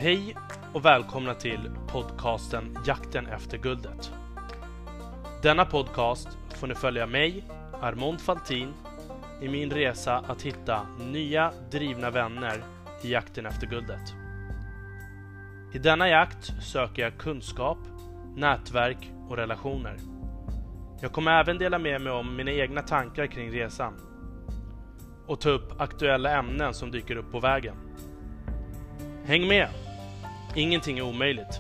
Hej och välkomna till podcasten Jakten efter guldet. Denna podcast får ni följa mig, Armond Faltin, i min resa att hitta nya drivna vänner i jakten efter guldet. I denna jakt söker jag kunskap, nätverk och relationer. Jag kommer även dela med mig om mina egna tankar kring resan och ta upp aktuella ämnen som dyker upp på vägen. Häng med! Ingenting är omöjligt.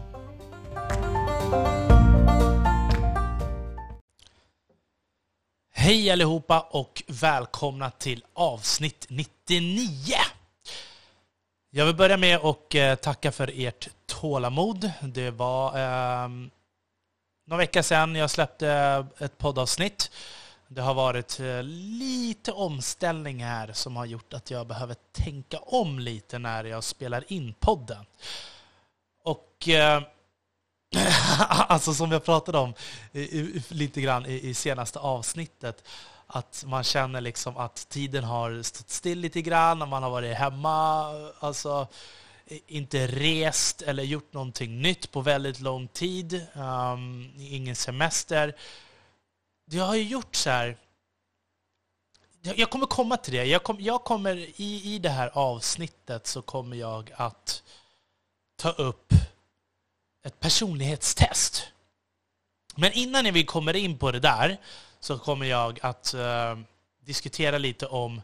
Hej allihopa och välkomna till avsnitt 99. Jag vill börja med att tacka för ert tålamod. Det var några veckor sedan jag släppte ett poddavsnitt. Det har varit lite omställning här som har gjort att jag behöver tänka om lite när jag spelar in podden. Och alltså som jag pratade om lite grann i senaste avsnittet, att man känner liksom att tiden har stått still lite grann när man har varit hemma, alltså inte rest eller gjort någonting nytt på väldigt lång tid, ingen semester. Det har ju gjort så här. Jag kommer komma till det. Jag kommer i det här avsnittet så kommer jag att ta upp ett personlighetstest. Men innan vi kommer in på det där så kommer jag att diskutera lite om...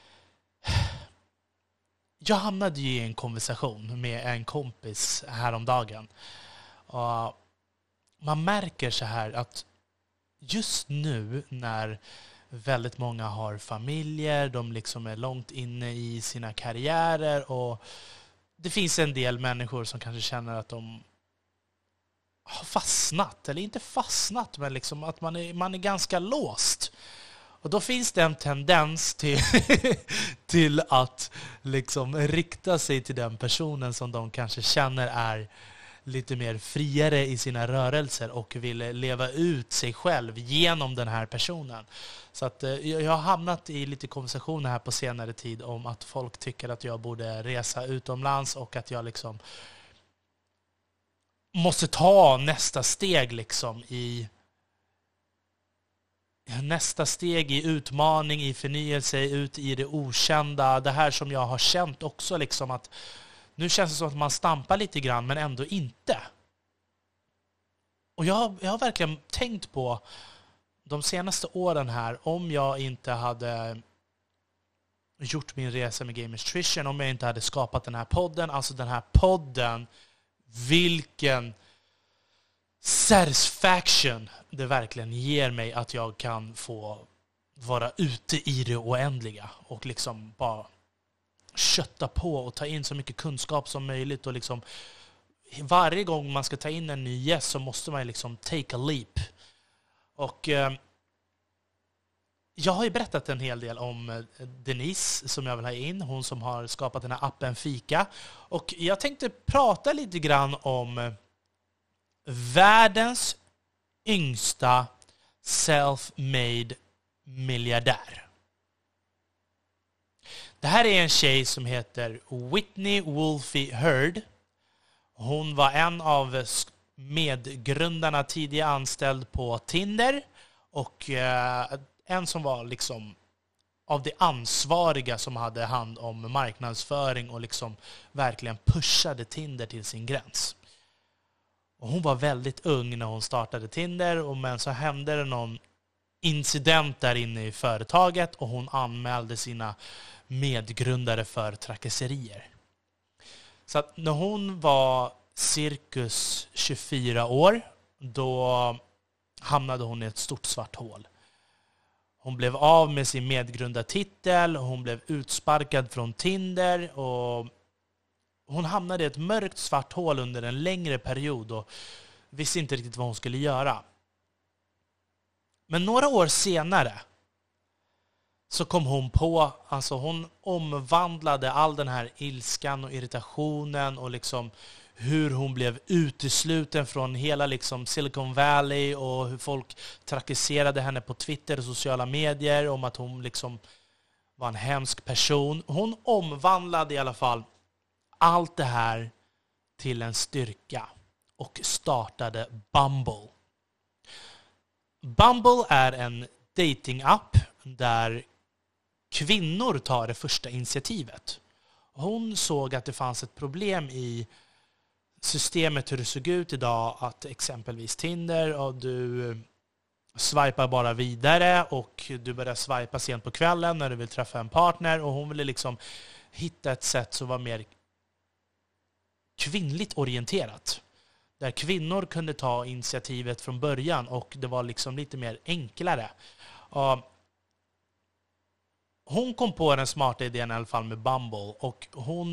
Jag hamnade ju i en konversation med en kompis häromdagen. Och man märker så här att just nu när väldigt många har familjer, de liksom är långt inne i sina karriärer och det finns en del människor som kanske känner att de har fastnat, eller inte fastnat, men liksom att man är ganska låst. Och då finns det en tendens till att liksom rikta sig till den personen som de kanske känner är lite mer friare i sina rörelser och vill leva ut sig själv genom den här personen. Så att jag har hamnat i lite konversationer här på senare tid om att folk tycker att jag borde resa utomlands och att jag liksom måste ta nästa steg liksom i utmaning, i förnyelse, ut i det okända. Det här som jag har känt också liksom att nu känns det som att man stampar lite grann men ändå inte. Och jag har verkligen tänkt på de senaste åren här, om jag inte hade gjort min resa med Game Nutrition, om jag inte hade skapat den här podden, alltså den här podden, vilken satisfaction det verkligen ger mig att jag kan få vara ute i det oändliga och liksom bara kötta på och ta in så mycket kunskap som möjligt. Och liksom varje gång man ska ta in en ny gäst så måste man liksom take a leap. Och jag har ju berättat en hel del om Denise som jag vill ha in, hon som har skapat den här appen Fika. Och jag tänkte prata lite grann om världens yngsta self-made miljardär. Det här är en tjej som heter Whitney Wolfe Herd. Hon var en av medgrundarna, tidigare anställd på Tinder, och en som var liksom av de ansvariga som hade hand om marknadsföring och liksom verkligen pushade Tinder till sin gräns. Och hon var väldigt ung när hon startade Tinder, men så hände det någon incident där inne i företaget och hon anmälde sina medgrundare för trakasserier. Så att när hon var cirkus 24 år, då hamnade hon i ett stort svart hål. Hon blev av med sin medgrundartitel, hon blev utsparkad från Tinder och hon hamnade i ett mörkt svart hål under en längre period och visste inte riktigt vad hon skulle göra. Men några år senare så kom hon på, alltså hon omvandlade all den här ilskan och irritationen och liksom hur hon blev utesluten från hela liksom Silicon Valley och hur folk trakasserade henne på Twitter och sociala medier om att hon liksom var en hemsk person. Hon omvandlade i alla fall allt det här till en styrka och startade Bumble. Bumble är en dating-app där kvinnor tar det första initiativet. Hon såg att det fanns ett problem i systemet hur det såg ut idag, att exempelvis Tinder och du swipar bara vidare och du börjar swipa sent på kvällen när du vill träffa en partner, och hon ville liksom hitta ett sätt som var mer kvinnligt orienterat. Där kvinnor kunde ta initiativet från början och det var liksom lite mer enklare. Hon kom på den smarta idén i alla fall med Bumble, och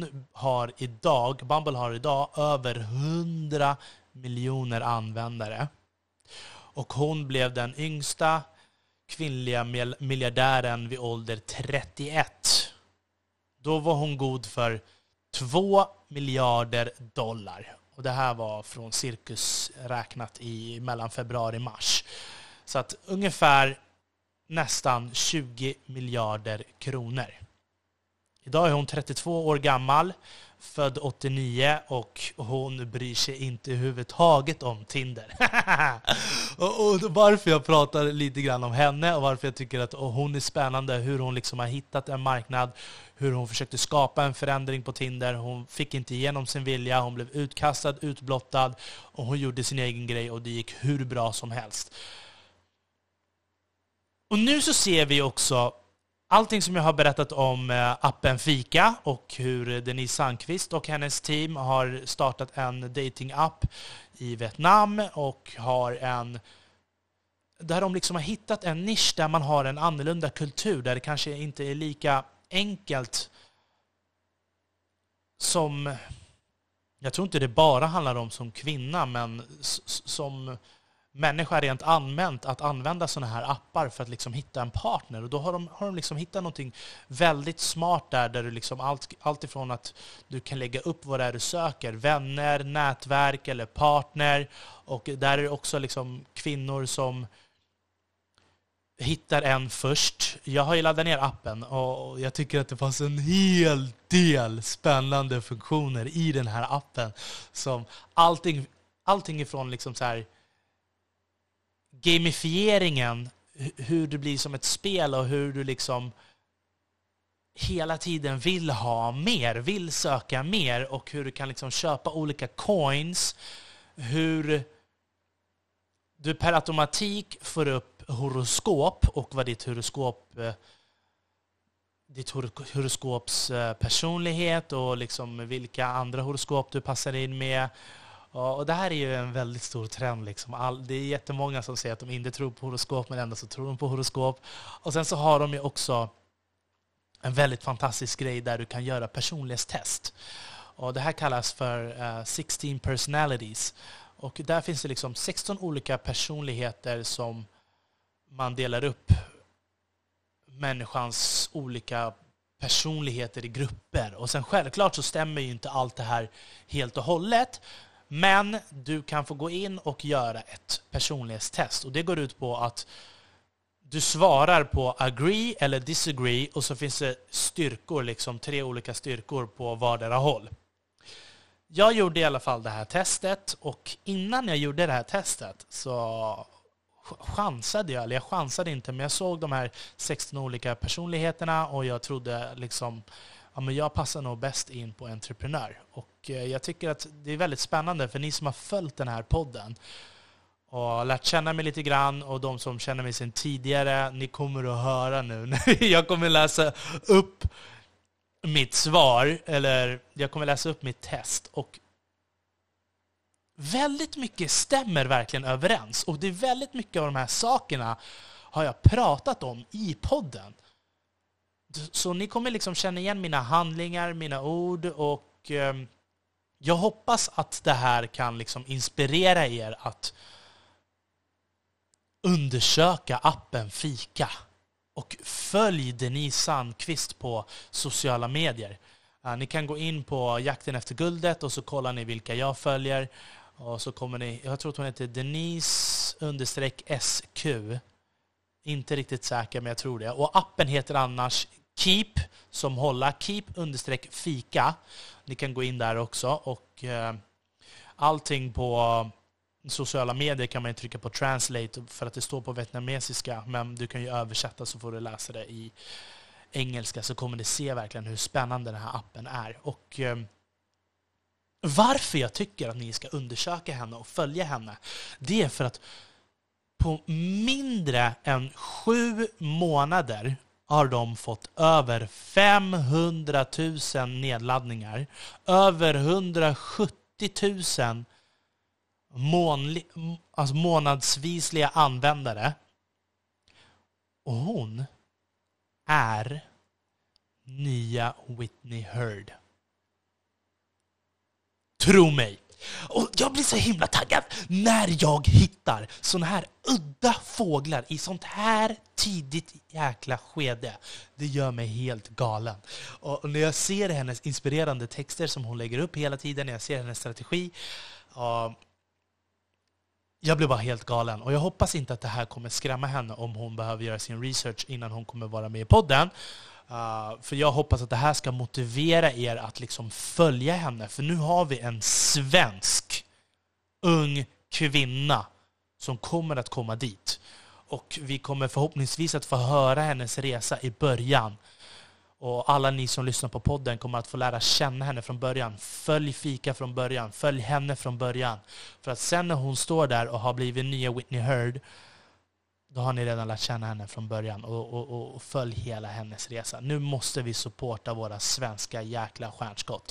Bumble har idag över 100 miljoner användare. Och hon blev den yngsta kvinnliga miljardären vid ålder 31. Då var hon god för 2 miljarder dollar. Och det här var från Cirkus räknat i mellan februari och mars. Så att ungefär nästan 20 miljarder kronor. Idag är hon 32 år gammal, född 89, och hon bryr sig inte överhuvudtaget om Tinder. och varför jag pratar lite grann om henne och varför jag tycker att hon är spännande, hur hon liksom har hittat en marknad, hur hon försökte skapa en förändring på Tinder. Hon fick inte igenom sin vilja, hon blev utkastad, utblottad, och hon gjorde sin egen grej och det gick hur bra som helst. Och nu så ser vi också allting som jag har berättat om appen Fika och hur Denise Sandqvist och hennes team har startat en dating-app i Vietnam och där de liksom har hittat en nisch där man har en annorlunda kultur, där det kanske inte är lika enkelt som, jag tror inte det bara handlar om som kvinna, men som människa rent allmänt att använda såna här appar för att liksom hitta en partner. Och då har de liksom hittat någonting väldigt smart där du liksom allt ifrån att du kan lägga upp vad det är du söker, vänner, nätverk eller partner, och där är det också liksom kvinnor som hittar en först. Jag har ju laddat ner appen och jag tycker att det fanns en hel del spännande funktioner i den här appen, som allting ifrån liksom så här gamifieringen, hur det blir som ett spel och hur du liksom hela tiden vill ha mer, vill söka mer, och hur du kan liksom köpa olika coins, hur du per automatik får upp horoskop och vad ditt horoskops personlighet och liksom vilka andra horoskop du passar in med. Och det här är ju en väldigt stor trend. Liksom. Det är jättemånga som säger att de inte tror på horoskop, men ändå så tror de på horoskop. Och sen så har de ju också en väldigt fantastisk grej där du kan göra personlighetstest. Och det här kallas för 16 personalities. Och där finns det liksom 16 olika personligheter som man delar upp människans olika personligheter i grupper. Och sen självklart så stämmer ju inte allt det här helt och hållet. Men du kan få gå in och göra ett personlighetstest. Och det går ut på att du svarar på agree eller disagree, och så finns det styrkor, liksom 3 olika styrkor på vardera håll. Jag gjorde i alla fall det här testet, och innan jag gjorde det här testet så chansade inte, men jag såg de här 16 olika personligheterna och jag trodde liksom, ja, men jag passar nog bäst in på entreprenör. Och jag tycker att det är väldigt spännande för ni som har följt den här podden och lärt känna mig lite grann, och de som känner mig sedan tidigare, ni kommer att höra nu när jag kommer läsa upp mitt svar, eller jag kommer läsa upp mitt test, och väldigt mycket stämmer verkligen överens, och det är väldigt mycket av de här sakerna har jag pratat om i podden. Så ni kommer liksom känna igen mina handlingar, mina ord, och jag hoppas att det här kan liksom inspirera er att undersöka appen Fika. Och följ Denise Sandqvist på sociala medier. Ni kan gå in på Jakten efter guldet och så kollar ni vilka jag följer. Och så kommer ni, jag tror att hon heter Denise_SQ. Inte riktigt säker, men jag tror det. Och appen heter annars Keep, som hålla, Keep_Fika. Ni kan gå in där också och allting på sociala medier kan man trycka på translate för att det står på vietnamesiska, men du kan ju översätta så får du läsa det i engelska, så kommer du se verkligen hur spännande den här appen är. Och varför jag tycker att ni ska undersöka henne och följa henne, det är för att på mindre än 7 månader har de fått över 500 000 nedladdningar, över 170 000 månadsvisliga användare. Och hon är nya Whitney Heard. Tro mig. Och jag blir så himla taggad när jag hittar såna här udda fåglar i sånt här tidigt jäkla skede. Det gör mig helt galen. Och när jag ser hennes inspirerande texter som hon lägger upp hela tiden, när jag ser hennes strategi, jag blir bara helt galen. Och jag hoppas inte att det här kommer skrämma henne om hon behöver göra sin research innan hon kommer vara med i podden. För jag hoppas att det här ska motivera er att liksom följa henne. För nu har vi en svensk ung kvinna som kommer att komma dit. Och vi kommer förhoppningsvis att få höra hennes resa i början. Och alla ni som lyssnar på podden kommer att få lära känna henne från början. Följ Fika från början. Följ henne från början. För att sen när hon står där och har blivit nya Whitney Heard, då har ni redan lärt känna henne från början. Och följ hela hennes resa. Nu måste vi supporta våra svenska jäkla stjärnskott.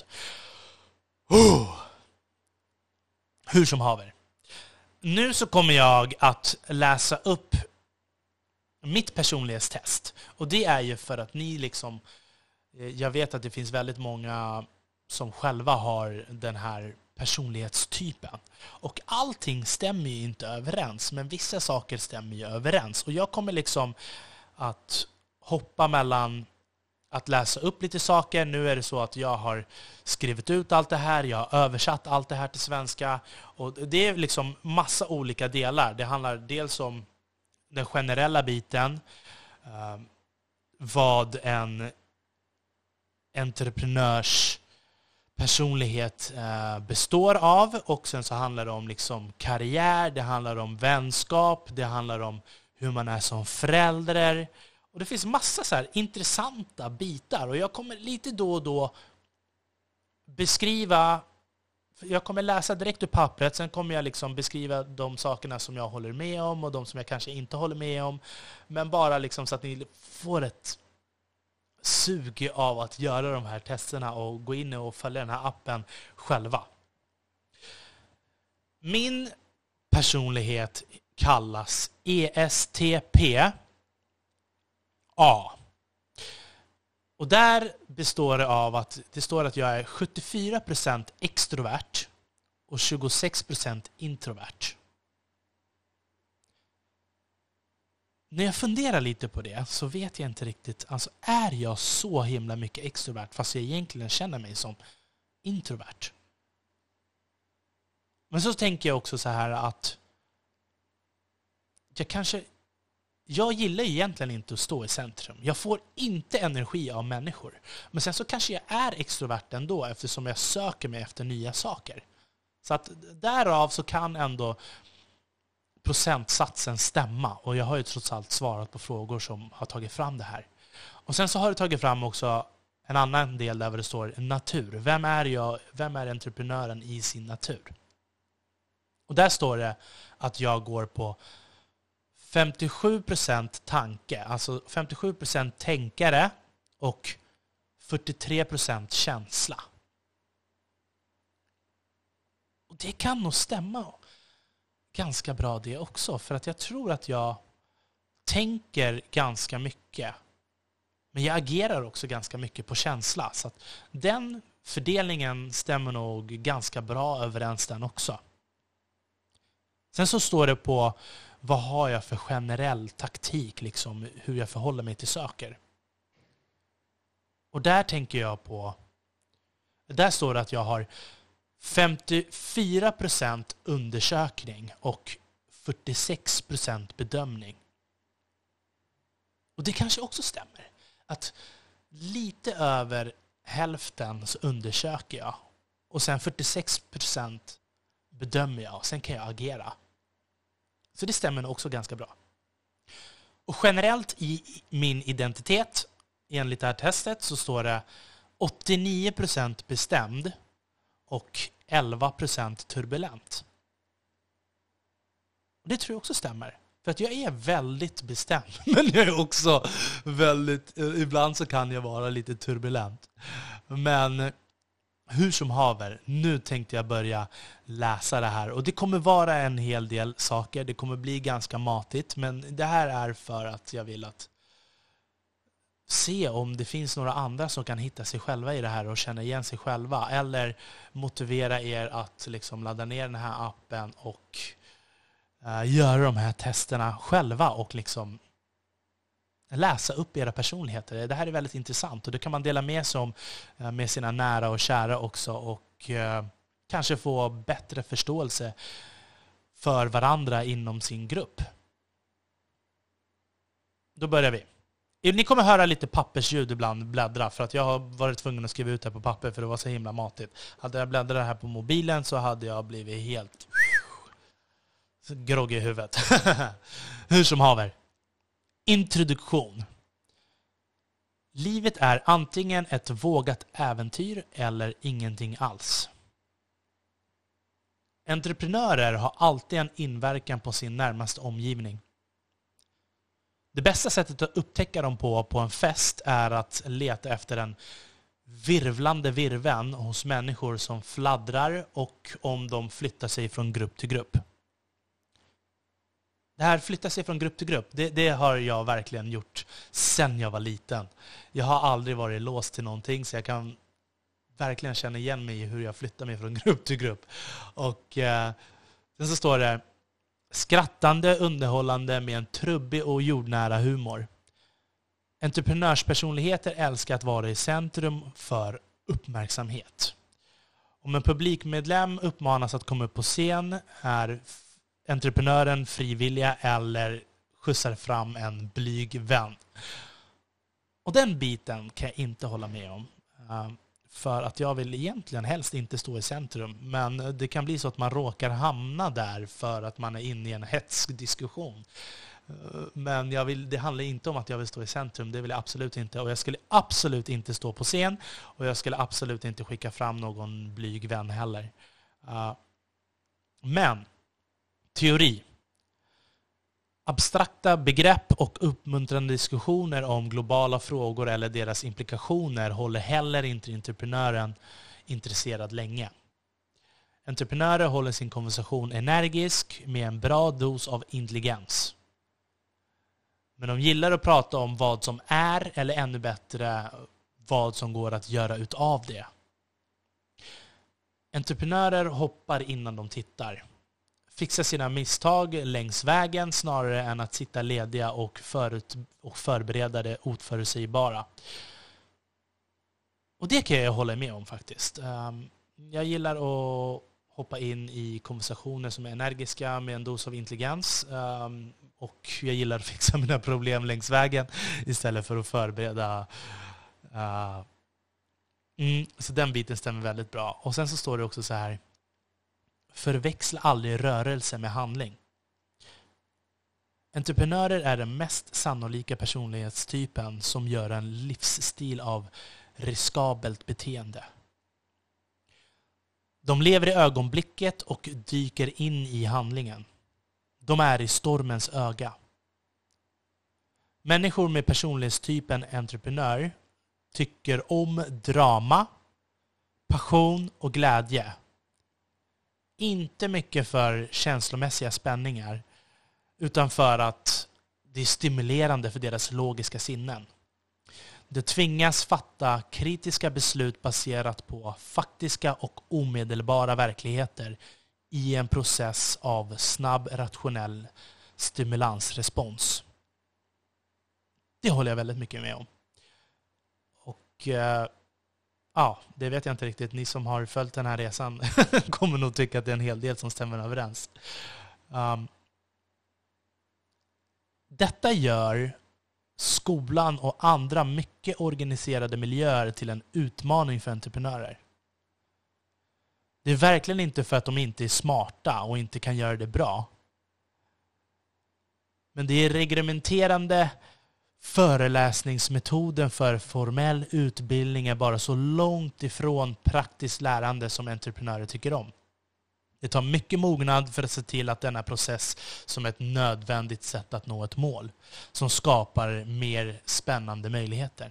Hur som haver. Nu så kommer jag att läsa upp mitt personlighetstest. Och det är ju för att ni liksom... Jag vet att det finns väldigt många som själva har den här personlighetstypen. Och allting stämmer ju inte överens, men vissa saker stämmer ju överens. Och jag kommer liksom att hoppa mellan att läsa upp lite saker. Nu är det så att jag har skrivit ut allt det här, jag har översatt allt det här till svenska. Och det är liksom massa olika delar. Det handlar dels om den generella biten, vad en entreprenörs personlighet består av, och sen så handlar det om liksom karriär, det handlar om vänskap, det handlar om hur man är som förälder, och det finns massa så här intressanta bitar, och jag kommer lite då och då beskriva, jag kommer läsa direkt ur pappret, sen kommer jag liksom beskriva de sakerna som jag håller med om och de som jag kanske inte håller med om, men bara liksom så att ni får ett sug av att göra de här testerna och gå in och följa den här appen själva. Min personlighet kallas ESTP A. Och där består det av att det står att jag är 74% extrovert och 26% introvert. När jag funderar lite på det så vet jag inte riktigt, alltså är jag så himla mycket extrovert fast jag egentligen känner mig som introvert? Men så tänker jag också så här att jag gillar egentligen inte att stå i centrum. Jag får inte energi av människor. Men sen så kanske jag är extrovert ändå eftersom jag söker mig efter nya saker. Så att därav så kan ändå procentsatsen stämma. Och jag har ju trots allt svarat på frågor som har tagit fram det här. Och sen så har det tagit fram också en annan del där det står natur. Vem är entreprenören i sin natur? Och där står det att jag går på 57% tanke, alltså 57% tänkare och 43% känsla. Och det kan nog stämma ganska bra det också, för att jag tror att jag tänker ganska mycket, men jag agerar också ganska mycket på känsla, så att den fördelningen stämmer nog ganska bra överens den också. Sen så står det på vad har jag för generell taktik, liksom hur jag förhåller mig till saker. Och där tänker jag på, där står det att jag har 54% undersökning och 46% bedömning. Och det kanske också stämmer. Att lite över hälften så undersöker jag. Och sen 46% bedömer jag och sen kan jag agera. Så det stämmer nog också ganska bra. Och generellt i min identitet, enligt det här testet, så står det 89% bestämd och 11% turbulent. Och det tror jag också stämmer. För att jag är väldigt bestämd, men jag är också väldigt, ibland så kan jag vara lite turbulent. Men hur som haver, nu tänkte jag börja läsa det här. Och det kommer vara en hel del saker, det kommer bli ganska matigt, men det här är för att jag vill att se om det finns några andra som kan hitta sig själva i det här och känna igen sig själva. Eller motivera er att liksom ladda ner den här appen och göra de här testerna själva och liksom läsa upp era personligheter. Det här är väldigt intressant och det kan man dela med sig om med sina nära och kära också och kanske få bättre förståelse för varandra inom sin grupp. Då börjar vi. Ni kommer höra lite pappersljud ibland bläddra för att jag har varit tvungen att skriva ut det på papper för det var så himla matigt. Hade jag bläddrat här på mobilen så hade jag blivit helt grogg i huvudet. Hur som haver. Introduktion. Livet är antingen ett vågat äventyr eller ingenting alls. Entreprenörer har alltid en inverkan på sin närmaste omgivning. Det bästa sättet att upptäcka dem på en fest är att leta efter en virvlande virven hos människor som fladdrar och om de flyttar sig från grupp till grupp. Det här flyttar sig från grupp till grupp, det har jag verkligen gjort sedan jag var liten. Jag har aldrig varit låst till någonting så jag kan verkligen känna igen mig i hur jag flyttar mig från grupp till grupp. Och sen så står det skrattande, underhållande med en trubbig och jordnära humor. Entreprenörspersonligheter älskar att vara i centrum för uppmärksamhet. Om en publikmedlem uppmanas att komma upp på scen är entreprenören frivilliga eller skjutsar fram en blyg vän. Och den biten kan jag inte hålla med om. För att jag vill egentligen helst inte stå i centrum. Men det kan bli så att man råkar hamna där för att man är inne i en hetsk diskussion. Men det handlar inte om att jag vill stå i centrum. Det vill jag absolut inte. Och jag skulle absolut inte stå på scen. Och jag skulle absolut inte skicka fram någon blyg vän heller. Men teori. Abstrakta begrepp och uppmuntrande diskussioner om globala frågor eller deras implikationer håller heller inte entreprenören intresserad länge. Entreprenörer håller sin konversation energisk med en bra dos av intelligens. Men de gillar att prata om vad som är eller ännu bättre vad som går att göra utav det. Entreprenörer hoppar innan de tittar. Fixa sina misstag längs vägen snarare än att sitta lediga och förbereda det oförutsägbara. Och det kan jag hålla med om faktiskt. Jag gillar att hoppa in i konversationer som är energiska med en dos av intelligens. Och jag gillar att fixa mina problem längs vägen istället för att förbereda. Så den biten stämmer väldigt bra. Och sen så står det också så här. Förväxla aldrig rörelse med handling. Entreprenörer är den mest sannolika personlighetstypen som gör en livsstil av riskabelt beteende. De lever i ögonblicket och dyker in i handlingen. De är i stormens öga. Människor med personlighetstypen entreprenör tycker om drama, passion och glädje. Inte mycket för känslomässiga spänningar utan för att det är stimulerande för deras logiska sinnen. De tvingas fatta kritiska beslut baserat på faktiska och omedelbara verkligheter i en process av snabb, rationell stimulansrespons. Det håller jag väldigt mycket med om. Och ja, det vet jag inte riktigt. Ni som har följt den här resan kommer nog tycka att det är en hel del som stämmer överens. Detta gör skolan och andra mycket organiserade miljöer till en utmaning för entreprenörer. Det är verkligen inte för att de inte är smarta och inte kan göra det bra. Men det är reglementerande föreläsningsmetoden för formell utbildning är bara så långt ifrån praktiskt lärande som entreprenörer tycker om. Det tar mycket mognad för att se till att denna process som ett nödvändigt sätt att nå ett mål som skapar mer spännande möjligheter.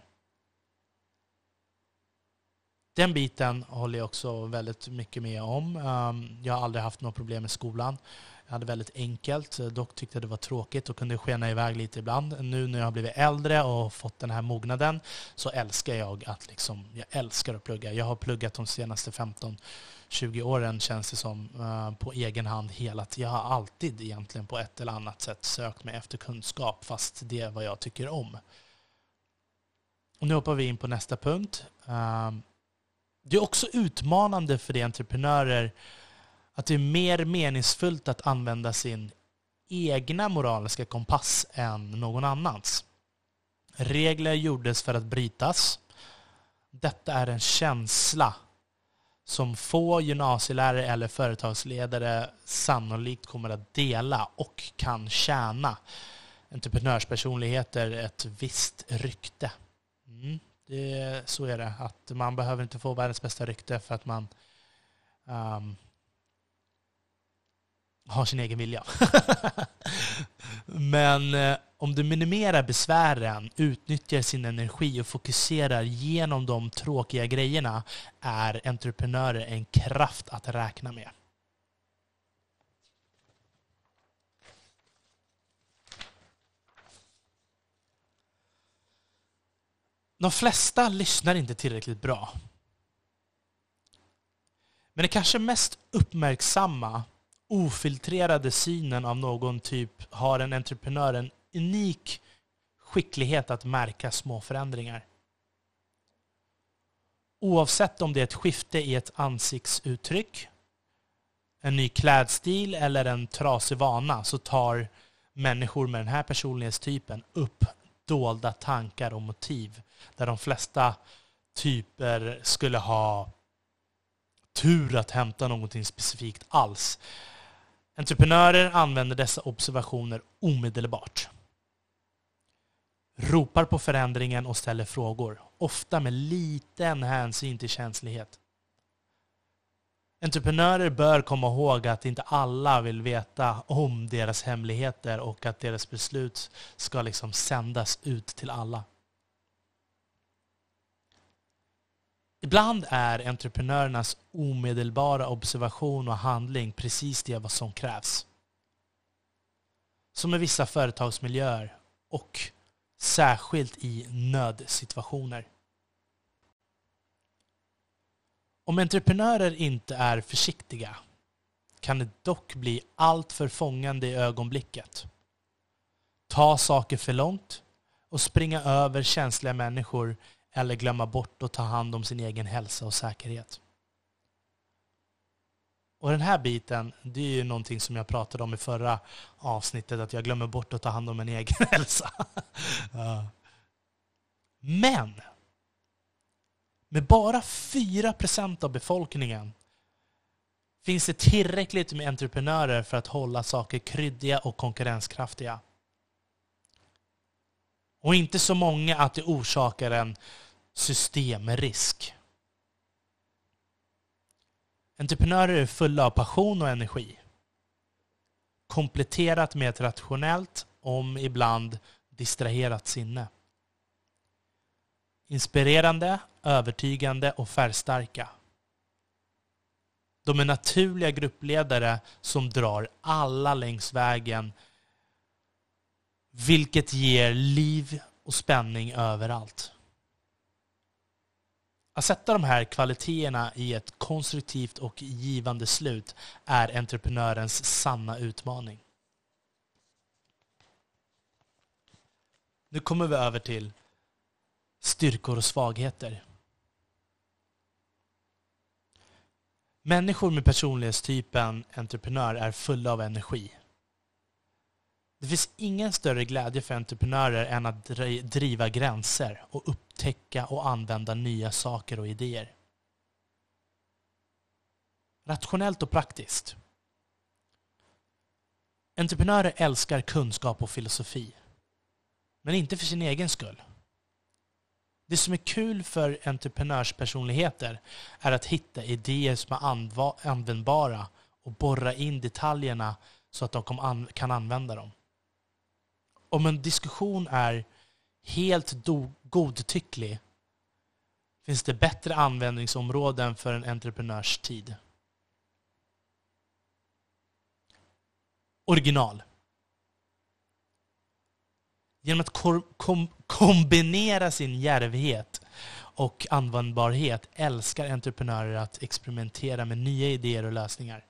Den biten håller jag också väldigt mycket med om. Jag har aldrig haft något problem med skolan. Jag hade väldigt enkelt, dock tyckte det var tråkigt och kunde skena iväg lite ibland. Nu när jag har blivit äldre och fått den här mognaden så älskar jag jag älskar att plugga. Jag har pluggat de senaste 15-20 åren känns det som på egen hand hela tiden. Jag har alltid egentligen på ett eller annat sätt sökt mig efter kunskap fast det är vad jag tycker om. Och nu hoppar vi in på nästa punkt. Det är också utmanande för de entreprenörer att det är mer meningsfullt att använda sin egna moraliska kompass än någon annans. Regler gjordes för att brytas. Detta är en känsla som få gymnasielärare eller företagsledare sannolikt kommer att dela och kan tjäna entreprenörspersonligheter ett visst rykte. Så är det. Att man behöver inte få världens bästa rykte för att man har sin egen vilja. Men om du minimerar besvären, utnyttjar sin energi och fokuserar genom de tråkiga grejerna är entreprenörer en kraft att räkna med. De flesta lyssnar inte tillräckligt bra. Men det kanske mest uppmärksamma, ofiltrerade synen av någon typ har en entreprenör en unik skicklighet att märka små förändringar. Oavsett om det är ett skifte i ett ansiktsuttryck, en ny klädstil eller en trasig vana så tar människor med den här personlighetstypen upp dolda tankar och motiv där de flesta typer skulle ha tur att hämta någonting specifikt alls. Entreprenörer använder dessa observationer omedelbart. Ropar på förändringen och ställer frågor, ofta med liten hänsyn till känslighet. Entreprenörer bör komma ihåg att inte alla vill veta om deras hemligheter och att deras beslut ska sändas ut till alla. Ibland är entreprenörernas omedelbara observation och handling precis det vad som krävs. Som i vissa företagsmiljöer och särskilt i nödsituationer. Om entreprenörer inte är försiktiga kan det dock bli allt för fångande i ögonblicket. Ta saker för långt och springa över känsliga människor eller glömma bort att ta hand om sin egen hälsa och säkerhet. Och den här biten, det är ju någonting som jag pratade om i förra avsnittet, att jag glömmer bort att ta hand om min egen hälsa. Men med bara 4% av befolkningen finns det tillräckligt med entreprenörer för att hålla saker kryddiga och konkurrenskraftiga. Och inte så många att det orsakar en systemrisk. Entreprenörer är fulla av passion och energi. Kompletterat med ett rationellt, om ibland distraherat sinne. Inspirerande, övertygande och färgstarka. De är naturliga gruppledare som drar alla längs vägen, vilket ger liv och spänning överallt. Att sätta de här kvaliteterna i ett konstruktivt och givande slut är entreprenörens sanna utmaning. Nu kommer vi över till styrkor och svagheter. Människor med personlighetstypen entreprenör är fulla av energi. Det finns ingen större glädje för entreprenörer än att driva gränser och upptäcka och använda nya saker och idéer. Rationellt och praktiskt. Entreprenörer älskar kunskap och filosofi. Men inte för sin egen skull. Det som är kul för entreprenörspersonligheter är att hitta idéer som är användbara och borra in detaljerna så att de kan använda dem. Om en diskussion är helt godtycklig finns det bättre användningsområden för en entreprenörs tid. Original. Genom att kombinera sin djärvhet och användbarhet älskar entreprenörer att experimentera med nya idéer och lösningar.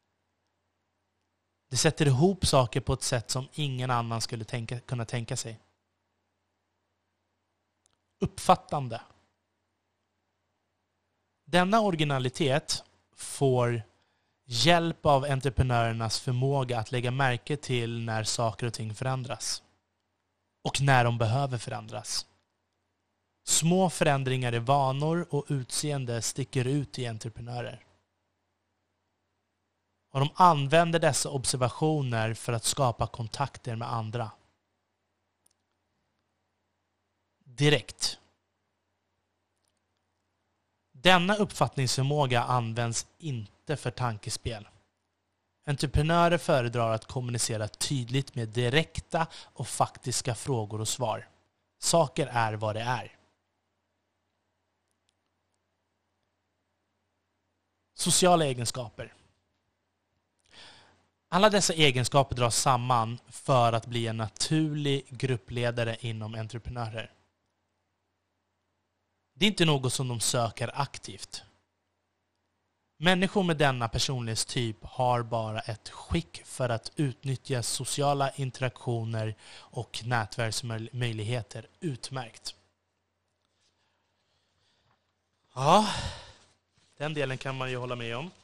Det sätter ihop saker på ett sätt som ingen annan skulle kunna tänka sig. Uppfattande. Denna originalitet får hjälp av entreprenörernas förmåga att lägga märke till när saker och ting förändras. Och när de behöver förändras. Små förändringar i vanor och utseende sticker ut i entreprenörer. Och de använder dessa observationer för att skapa kontakter med andra. Direkt. Denna uppfattningsförmåga används inte för tankespel. Entreprenörer föredrar att kommunicera tydligt med direkta och faktiska frågor och svar. Saker är vad det är. Sociala egenskaper. Alla dessa egenskaper dras samman för att bli en naturlig gruppledare inom entreprenörer. Det är inte något som de söker aktivt. Människor med denna personlighetstyp har bara ett skick för att utnyttja sociala interaktioner och nätverksmöjligheter utmärkt. Ja, den delen kan man ju hålla med om.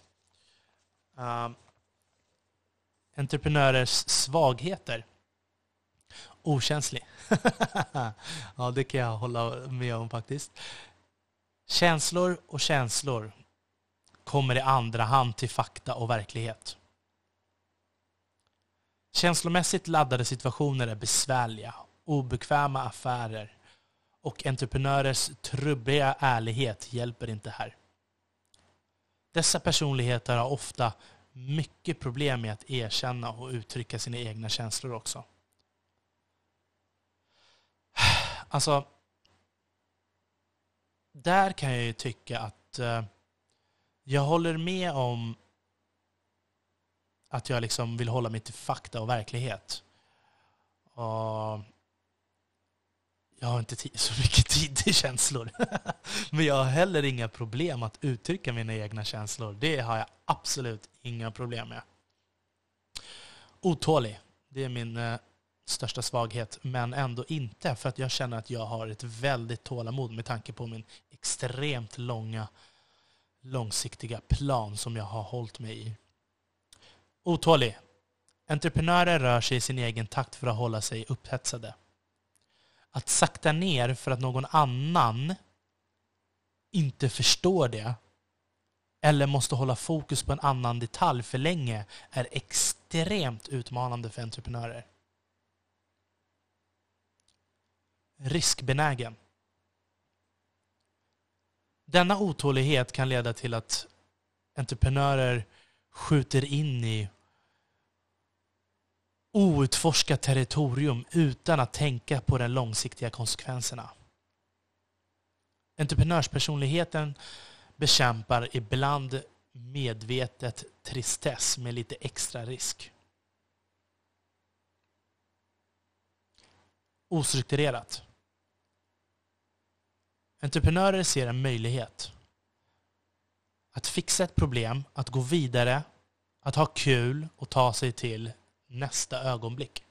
Entreprenörers svagheter. Okänslig. Ja, det kan jag hålla med om faktiskt. Känslor och känslor kommer i andra hand till fakta och verklighet. Känslomässigt laddade situationer är besvärliga, obekväma affärer och entreprenörers trubbiga ärlighet hjälper inte här. Dessa personligheter har ofta mycket problem med att erkänna och uttrycka sina egna känslor också. Alltså, där kan jag ju tycka att jag håller med om att jag liksom vill hålla mig till fakta och verklighet. Och jag har inte så mycket tid till känslor. Men jag har heller inga problem att uttrycka mina egna känslor. Det har jag absolut inga problem med. Otålig, det är min största svaghet. Men ändå inte, för att jag känner att jag har ett väldigt tålamod med tanke på min extremt långsiktiga plan som jag har hållit mig i. Otålig. Entreprenörer rör sig i sin egen takt för att hålla sig upphetsade. Att sakta ner för att någon annan inte förstår det eller måste hålla fokus på en annan detalj för länge är extremt utmanande för entreprenörer. Riskbenägen. Denna otålighet kan leda till att entreprenörer skjuter in i outforskat territorium utan att tänka på de långsiktiga konsekvenserna. Entreprenörspersonligheten bekämpar ibland medvetet tristess med lite extra risk. Ostrukturerat. Entreprenörer ser en möjlighet att fixa ett problem, att gå vidare, att ha kul och ta sig till nästa ögonblick.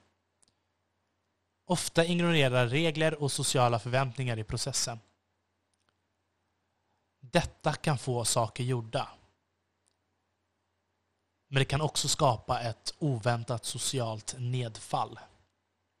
Ofta ignorerar regler och sociala förväntningar i processen. Detta kan få saker gjorda. Men det kan också skapa ett oväntat socialt nedfall.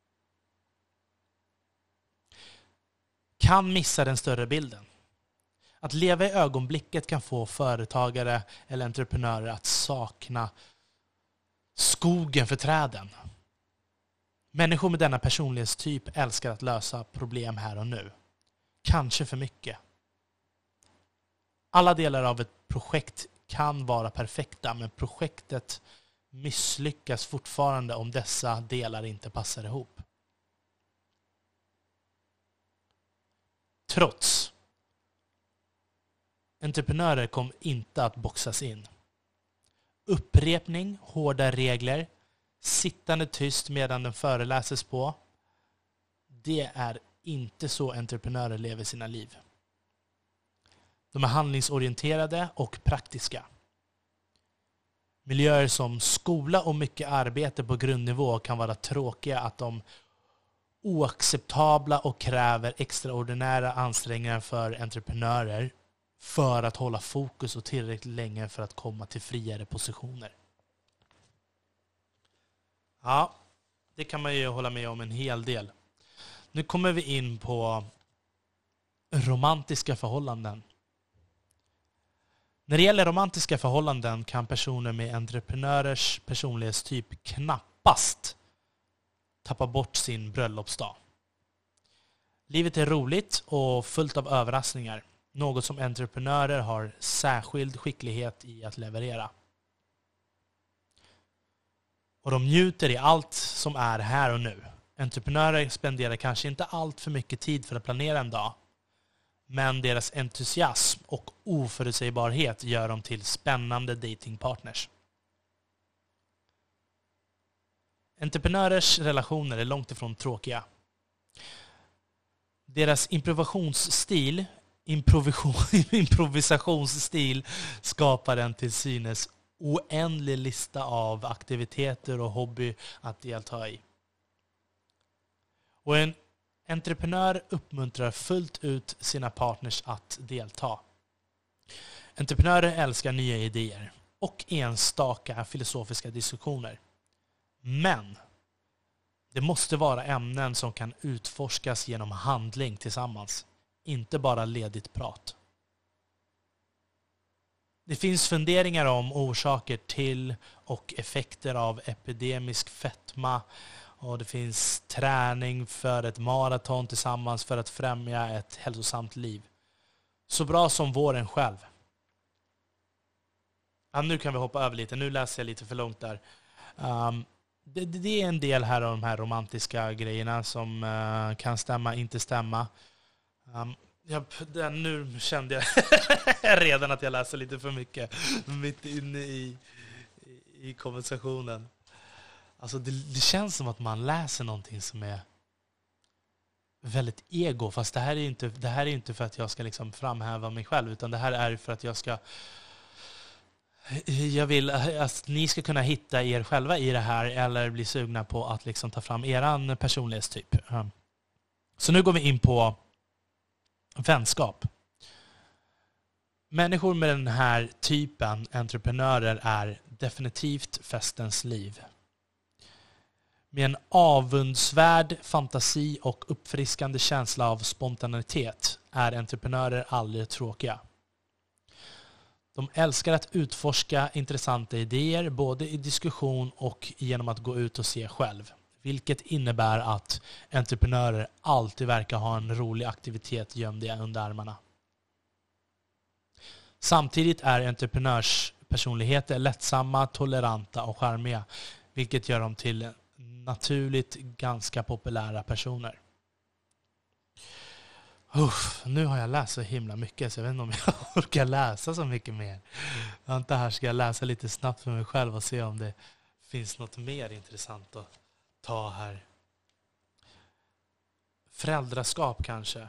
Kan missa den större bilden. Att leva i ögonblicket kan få företagare eller entreprenörer att sakna skogen för träden. Människor med denna personlighetstyp älskar att lösa problem här och nu. Kanske för mycket. Alla delar av ett projekt kan vara perfekta, men projektet misslyckas fortfarande om dessa delar inte passar ihop. Trots entreprenörer kommer inte att boxas in. Upprepning, hårda regler, sittande tyst medan den föreläses på. Det är inte så entreprenörer lever sina liv. De är handlingsorienterade och praktiska. Miljöer som skola och mycket arbete på grundnivå kan vara tråkiga, att de oacceptabla och kräver extraordinära ansträngningar för entreprenörer för att hålla fokus och tillräckligt länge för att komma till friare positioner. Ja, det kan man ju hålla med om en hel del. Nu kommer vi in på romantiska förhållanden. När det gäller romantiska förhållanden kan personer med entreprenörers personlighetstyp knappast tappa bort sin bröllopsdag. Livet är roligt och fullt av överraskningar. Något som entreprenörer har särskild skicklighet i att leverera. Och de njuter i allt som är här och nu. Entreprenörer spenderar kanske inte allt för mycket tid för att planera en dag. Men deras entusiasm och oförutsägbarhet gör dem till spännande datingpartners. Entreprenörers relationer är långt ifrån tråkiga. Deras improvisationsstil skapar en till synes oändlig lista av aktiviteter och hobby att delta i. Och en entreprenör uppmuntrar fullt ut sina partners att delta. Entreprenörer älskar nya idéer och enstaka filosofiska diskussioner. Men det måste vara ämnen som kan utforskas genom handling tillsammans, inte bara ledigt prat. Det finns funderingar om orsaker till och effekter av epidemisk fetma, och det finns träning för ett maraton tillsammans för att främja ett hälsosamt liv. Så bra som våren själv. Ja, nu kan vi hoppa över lite. Nu läser jag lite för långt där. Det är en del här av de här romantiska grejerna som kan stämma, inte stämma. Nu kände jag redan att jag läser lite för mycket mitt inne i konversationen. Alltså det känns som att man läser någonting som är väldigt ego, fast det här är inte för att jag ska liksom framhäva mig själv, utan det här är för att jag vill att ni ska kunna hitta er själva i det här, eller bli sugna på att liksom ta fram eran personlighetstyp. Så nu går vi in på vänskap. Människor med den här typen entreprenörer är definitivt festens liv. Med en avundsvärd fantasi och uppfriskande känsla av spontanitet är entreprenörer aldrig tråkiga. De älskar att utforska intressanta idéer både i diskussion och genom att gå ut och se själv. Vilket innebär att entreprenörer alltid verkar ha en rolig aktivitet gömd under armarna. Samtidigt är entreprenörspersonligheter lättsamma, toleranta och charmiga, vilket gör dem till naturligt ganska populära personer. Nu har jag läst så himla mycket så jag vet inte om jag orkar läsa så mycket mer. Vänta, här ska jag läsa lite snabbt för mig själv och se om det finns något mer intressant att ta här. Föräldraskap kanske.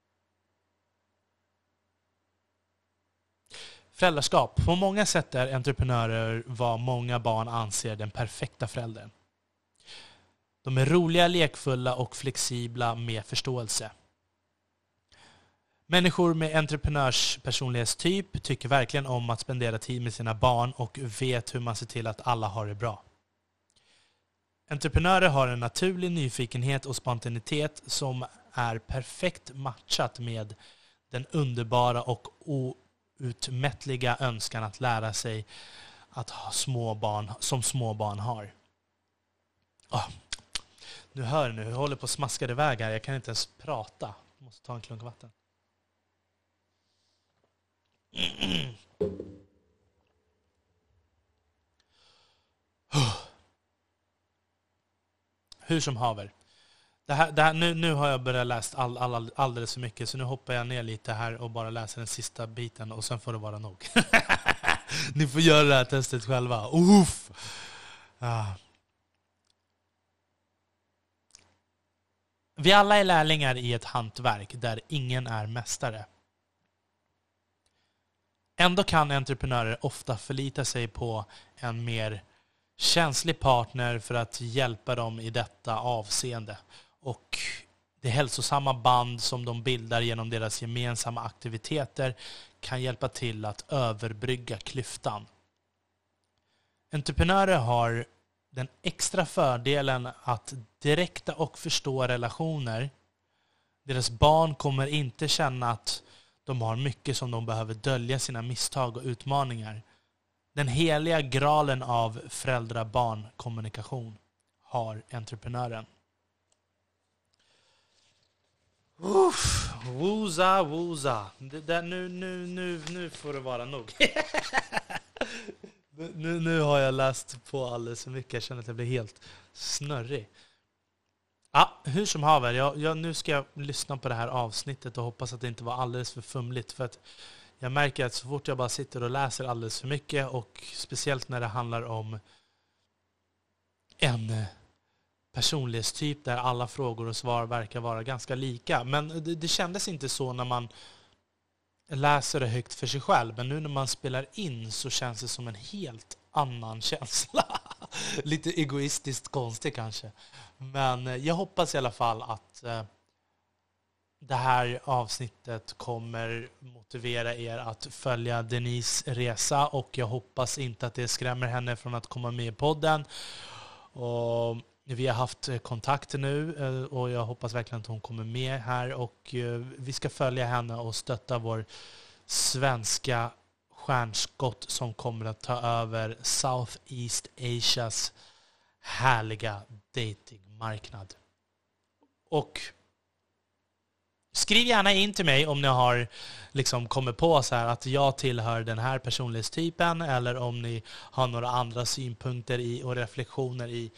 Föräldraskap. På många sätt är entreprenörer vad många barn anser den perfekta föräldern. De är roliga, lekfulla och flexibla med förståelse. Människor med entreprenörspersonlighetstyp tycker verkligen om att spendera tid med sina barn och vet hur man ser till att alla har det bra. Entreprenörer har en naturlig nyfikenhet och spontanitet som är perfekt matchat med den underbara och outmättliga önskan att lära sig att ha små barn som små barn har. Nu hör ni, jag håller på att smaska iväg här. Jag kan inte ens prata. Jag måste ta en klunk vatten. Hur som haver. Nu har jag börjat läsa alldeles för mycket, så nu hoppar jag ner lite här och bara läser den sista biten och sen får det vara nog. Ni får göra det här testet själva. Uff! Vi alla är lärlingar i ett hantverk där ingen är mästare. Ändå kan entreprenörer ofta förlita sig på en mer känslig partner för att hjälpa dem i detta avseende. Och det hälsosamma band som de bildar genom deras gemensamma aktiviteter kan hjälpa till att överbrygga klyftan. Entreprenörer har den extra fördelen att direkta och förstå relationer. Deras barn kommer inte känna att de har mycket som de behöver dölja sina misstag och utmaningar. Den heliga gralen av föräldrar-barn-kommunikation har entreprenören. Woza. Nu får det vara nog. Nu har jag läst på alldeles för mycket. Jag känner att jag blir helt snurrig. Hur som haver, nu ska jag lyssna på det här avsnittet och hoppas att det inte var alldeles för fumligt. För att jag märker att så fort jag bara sitter och läser alldeles för mycket, och speciellt när det handlar om en personlighetstyp där alla frågor och svar verkar vara ganska lika. Men det kändes inte så när man läser det högt för sig själv. Men nu när man spelar in så känns det som en helt annan känsla. Lite egoistiskt konstigt kanske. Men jag hoppas i alla fall att det här avsnittet kommer motivera er att följa Denise resa, och jag hoppas inte att det skrämmer henne från att komma med i podden. Och vi har haft kontakter nu och jag hoppas verkligen att hon kommer med här, och vi ska följa henne och stötta vår svenska stjärnskott som kommer att ta över Southeast Asias härliga datingmarknad. Och skriv gärna in till mig om ni har kommit på så här att jag tillhör den här personlighetstypen, eller om ni har några andra synpunkter och reflektioner i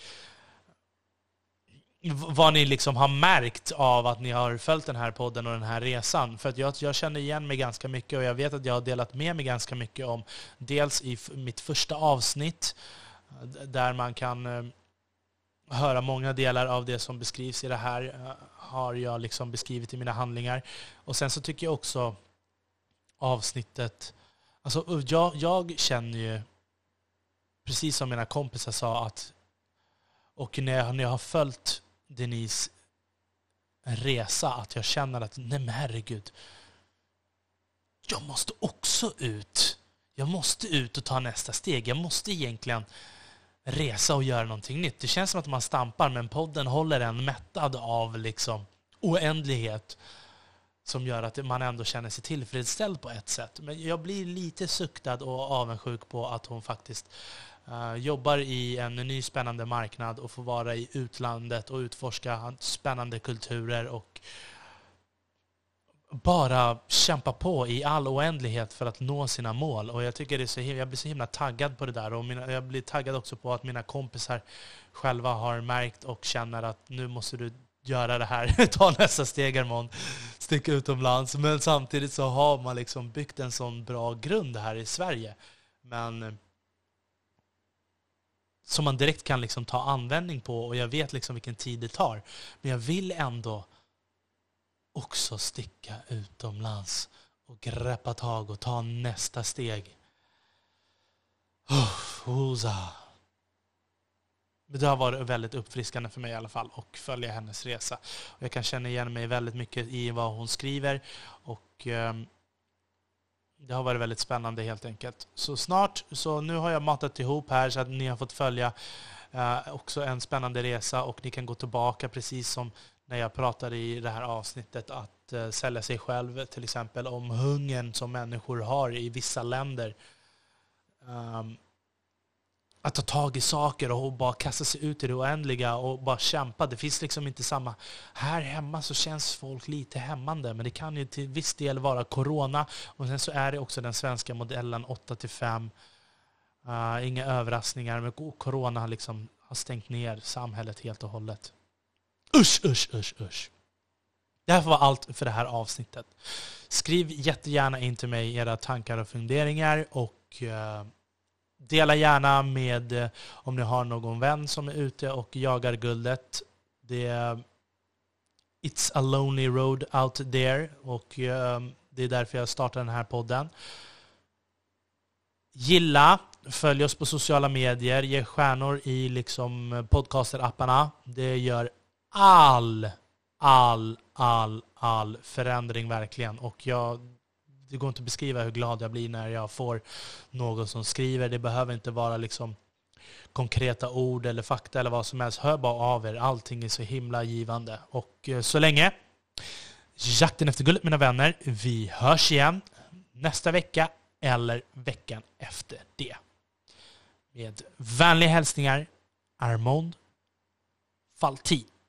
vad ni har märkt av att ni har följt den här podden och den här resan. För att jag känner igen mig ganska mycket, och jag vet att jag har delat med mig ganska mycket om, dels i mitt första avsnitt där man kan höra många delar av det som beskrivs i det här har jag beskrivit i mina handlingar. Och sen så tycker jag också avsnittet, jag känner ju, precis som mina kompisar sa, att, och när jag har följt Denise resa, att jag känner att nej men herregud, jag måste också ut. Jag måste ut och ta nästa steg. Jag måste egentligen resa och göra någonting nytt. Det känns som att man stampar, men podden håller en mättad av oändlighet som gör att man ändå känner sig tillfredsställd på ett sätt. Men jag blir lite suktad och avundsjuk på att hon faktiskt jobbar i en ny spännande marknad och får vara i utlandet och utforska spännande kulturer och bara kämpa på i all oändlighet för att nå sina mål. Och jag tycker jag blir så himla taggad på det där. Och jag blir taggad också på att mina kompisar själva har märkt och känner att nu måste du göra det här. Ta nästa steg, Armand. Sticka utomlands. Men samtidigt så har man byggt en sån bra grund här i Sverige. Men som man direkt kan ta användning på. Och jag vet vilken tid det tar. Men jag vill ändå också sticka utomlands och greppa tag och ta nästa steg. Det har varit väldigt uppfriskande för mig i alla fall att följa hennes resa. Och jag kan känna igen mig väldigt mycket i vad hon skriver, och det har varit väldigt spännande helt enkelt. Så nu har jag matat ihop här så att ni har fått följa också en spännande resa, och ni kan gå tillbaka precis som när jag pratade i det här avsnittet att att sälja sig själv, till exempel om hungern som människor har i vissa länder. Att ta tag i saker och bara kasta sig ut i det oändliga och bara kämpa. Det finns liksom inte samma. Här hemma så känns folk lite hämmande, men det kan ju till viss del vara corona. Och sen så är det också den svenska modellen 8-5. Inga överraskningar, men corona liksom har stängt ner samhället helt och hållet. Usch. Det här får vara allt för det här avsnittet. Skriv jättegärna in till mig era tankar och funderingar och dela gärna med om ni har någon vän som är ute och jagar guldet. It's a lonely road out there och det är därför jag startar den här podden. Gilla, följ oss på sociala medier, ge stjärnor i liksom podcaster-apparna. Det gör all förändring verkligen. Och det går inte att beskriva hur glad jag blir när jag får någon som skriver. Det behöver inte vara liksom konkreta ord eller fakta eller vad som helst. Hör bara av er. Allting är så himla givande. Och så länge, jakten efter guldet mina vänner. Vi hörs igen nästa vecka eller veckan efter det. Med vänliga hälsningar, Armond Faltin.